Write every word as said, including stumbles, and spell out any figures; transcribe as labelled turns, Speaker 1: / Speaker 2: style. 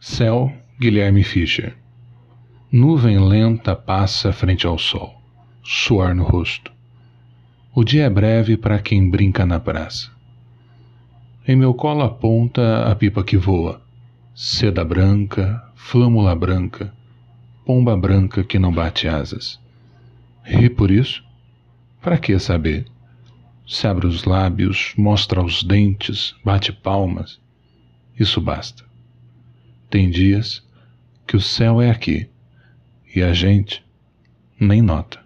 Speaker 1: Céu, Guilherme Fischer. Nuvem lenta passa frente ao sol, suor no rosto. O dia é breve para quem brinca na praça. Em meu colo aponta a pipa que voa, seda branca, flâmula branca, pomba branca que não bate asas. Ri por isso? Para que saber? Se abre os lábios, mostra os dentes, bate palmas. Isso basta. Tem dias que o céu é aqui e a gente nem nota.